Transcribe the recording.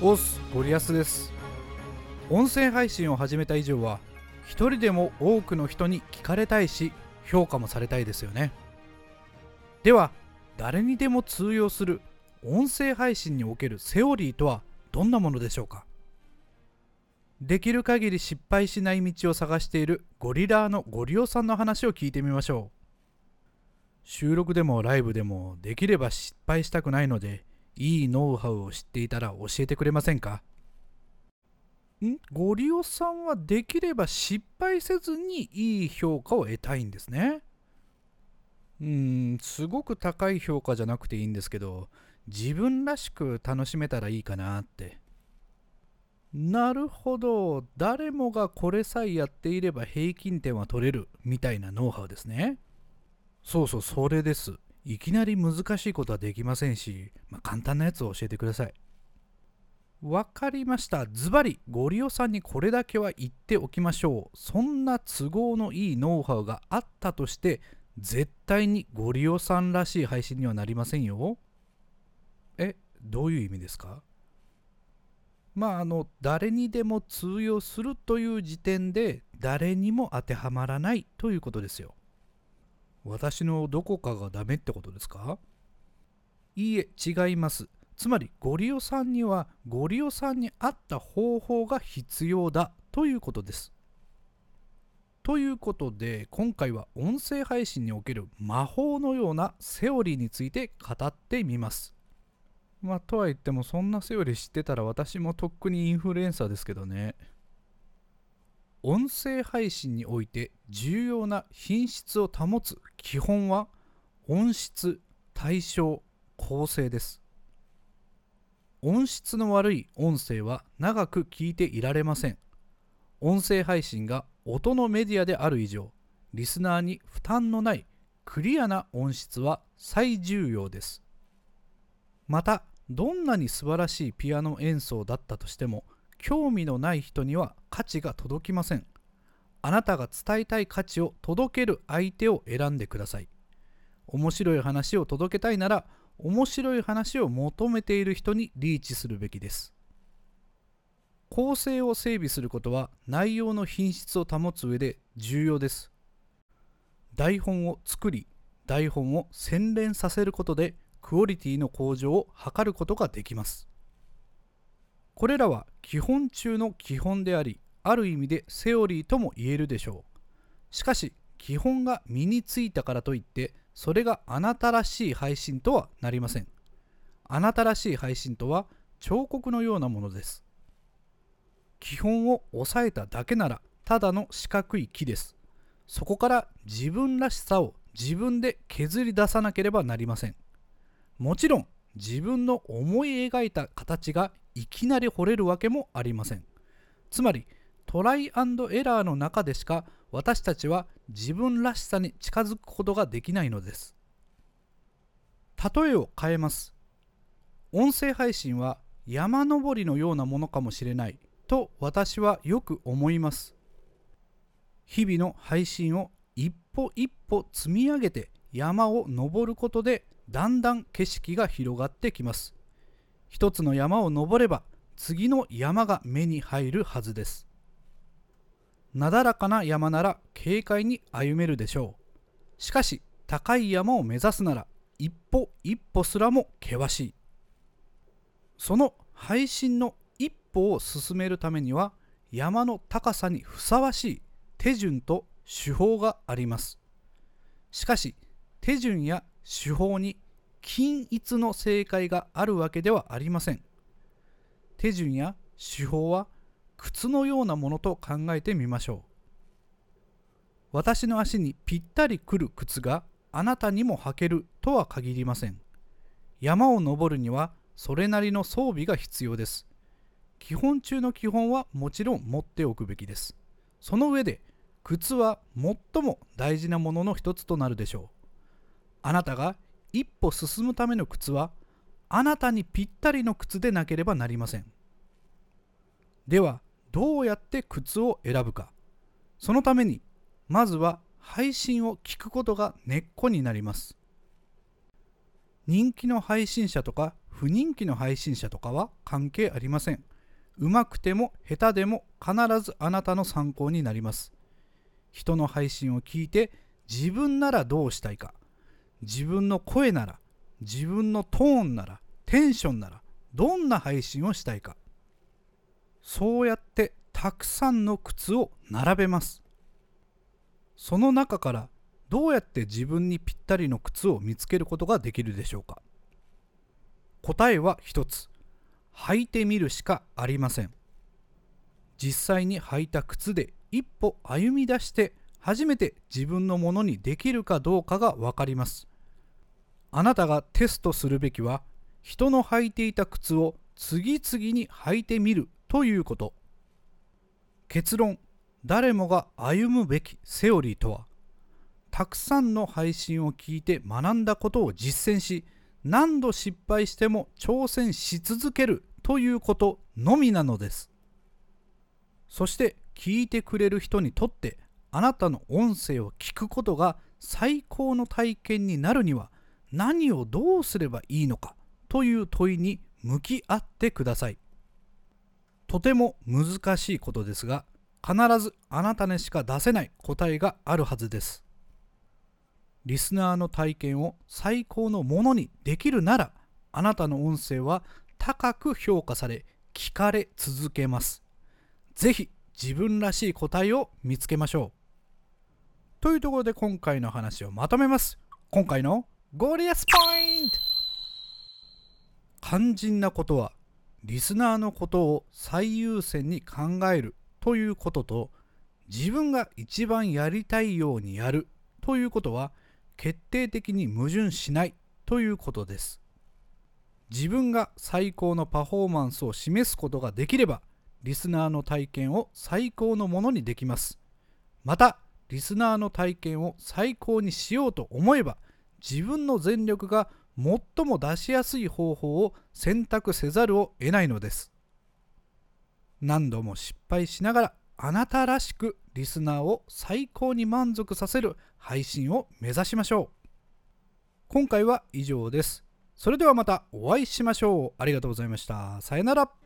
ゴリアスです。音声配信を始めた以上は一人でも多くの人に聞かれたいし評価もされたいですよね。では誰にでも通用する音声配信におけるセオリーとはどんなものでしょうか。できる限り失敗しない道を探しているゴリラーのゴリオさんの話を聞いてみましょう。収録でもライブでもできれば失敗したくないので、いいノウハウを知っていたら教えてくれませんか。ゴリオさんはできれば失敗せずにいい評価を得たいんですね。すごく高い評価じゃなくていいんですけど、自分らしく楽しめたらいいかなって。なるほど、誰もがこれさえやっていれば平均点は取れるみたいなノウハウですね。そうそう、それです。いきなり難しいことはできませんし、簡単なやつを教えてください。わかりました。ズバリゴリオさんにこれだけは言っておきましょう。そんな都合のいいノウハウがあったとして絶対にゴリオさんらしい配信にはなりませんよ。どういう意味ですか。誰にでも通用するという時点で誰にも当てはまらないということですよ。私のどこかがダメってことですか。いいえ、違います。つまりゴリオさんにはゴリオさんに合った方法が必要だということです。ということで今回は音声配信における魔法のようなセオリーについて語ってみます。とは言ってもそんなセオリー知ってたら私もとっくにインフルエンサーですけどね。音声配信において重要な品質を保つ基本は音質、対象、構成です。音質の悪い音声は長く聞いていられません。音声配信が音のメディアである以上、リスナーに負担のないクリアな音質は最重要です。また、どんなに素晴らしいピアノ演奏だったとしても、興味のない人には価値が届きません。あなたが伝えたい価値を届ける相手を選んでください。面白い話を届けたいなら、面白い話を求めている人にリーチするべきです。構成を整備することは内容の品質を保つ上で重要です。台本を作り、台本を洗練させることでクオリティの向上を図ることができます。これらは基本中の基本であり、ある意味でセオリーとも言えるでしょう。しかし、基本が身についたからといって、それがあなたらしい配信とはなりません。あなたらしい配信とは彫刻のようなものです。基本を抑えただけならただの四角い木です。そこから自分らしさを自分で削り出さなければなりません。もちろん自分の思い描いた形がいきなり彫れるわけもありません。つまりトライアンドエラーの中でしか私たちは自分らしさに近づくことができないのです。例えを変えます。音声配信は山登りのようなものかもしれないと私はよく思います。日々の配信を一歩一歩積み上げて山を登ることでだんだん景色が広がってきます。一つの山を登れば次の山が目に入るはずです。なだらかな山なら軽快に歩めるでしょう。しかし高い山を目指すなら一歩一歩すらも険しい。その配信の一歩を進めるためには山の高さにふさわしい手順と手法があります。しかし手順や手法に均一の正解があるわけではありません。手順や手法は靴のようなものと考えてみましょう。私の足にぴったりくる靴があなたにも履けるとは限りません。山を登るにはそれなりの装備が必要です。基本中の基本はもちろん持っておくべきです。その上で靴は最も大事なものの一つとなるでしょう。あなたが一歩進むための靴はあなたにぴったりの靴でなければなりません。ではどうやって靴を選ぶか。そのためにまずは配信を聞くことが根っこになります。人気の配信者とか不人気の配信者とかは関係ありません。うまくても下手でも必ずあなたの参考になります。人の配信を聞いて自分ならどうしたいか、自分の声なら、自分のトーンなら、テンションならどんな配信をしたいか、そうやってたくさんの靴を並べます。その中からどうやって自分にぴったりの靴を見つけることができるでしょうか。答えは一つ、履いてみるしかありません。実際に履いた靴で一歩歩み出して初めて自分のものにできるかどうかが分かります。あなたがテストするべきは、人の履いていた靴を次々に履いてみるということ。結論、誰もが歩むべきセオリーとは、たくさんの配信を聞いて学んだことを実践し、何度失敗しても挑戦し続けるということのみなのです。そして聞いてくれる人にとってあなたの音声を聞くことが最高の体験になるには何をどうすればいいのかという問いに向き合ってください。とても難しいことですが、必ずあなたにしか出せない答えがあるはずです。リスナーの体験を最高のものにできるなら、あなたの音声は高く評価され、聞かれ続けます。ぜひ自分らしい答えを見つけましょう。というところで今回の話をまとめます。今回のゴリアスポイント。肝心なことは、リスナーのことを最優先に考えるということと、自分が一番やりたいようにやるということは決定的に矛盾しないということです。自分が最高のパフォーマンスを示すことができれば、リスナーの体験を最高のものにできます。また、リスナーの体験を最高にしようと思えば、自分の全力が最も出しやすい方法を選択せざるを得ないのです。何度も失敗しながら、あなたらしくリスナーを最高に満足させる配信を目指しましょう。今回は以上です。それではまたお会いしましょう。ありがとうございました。さよなら。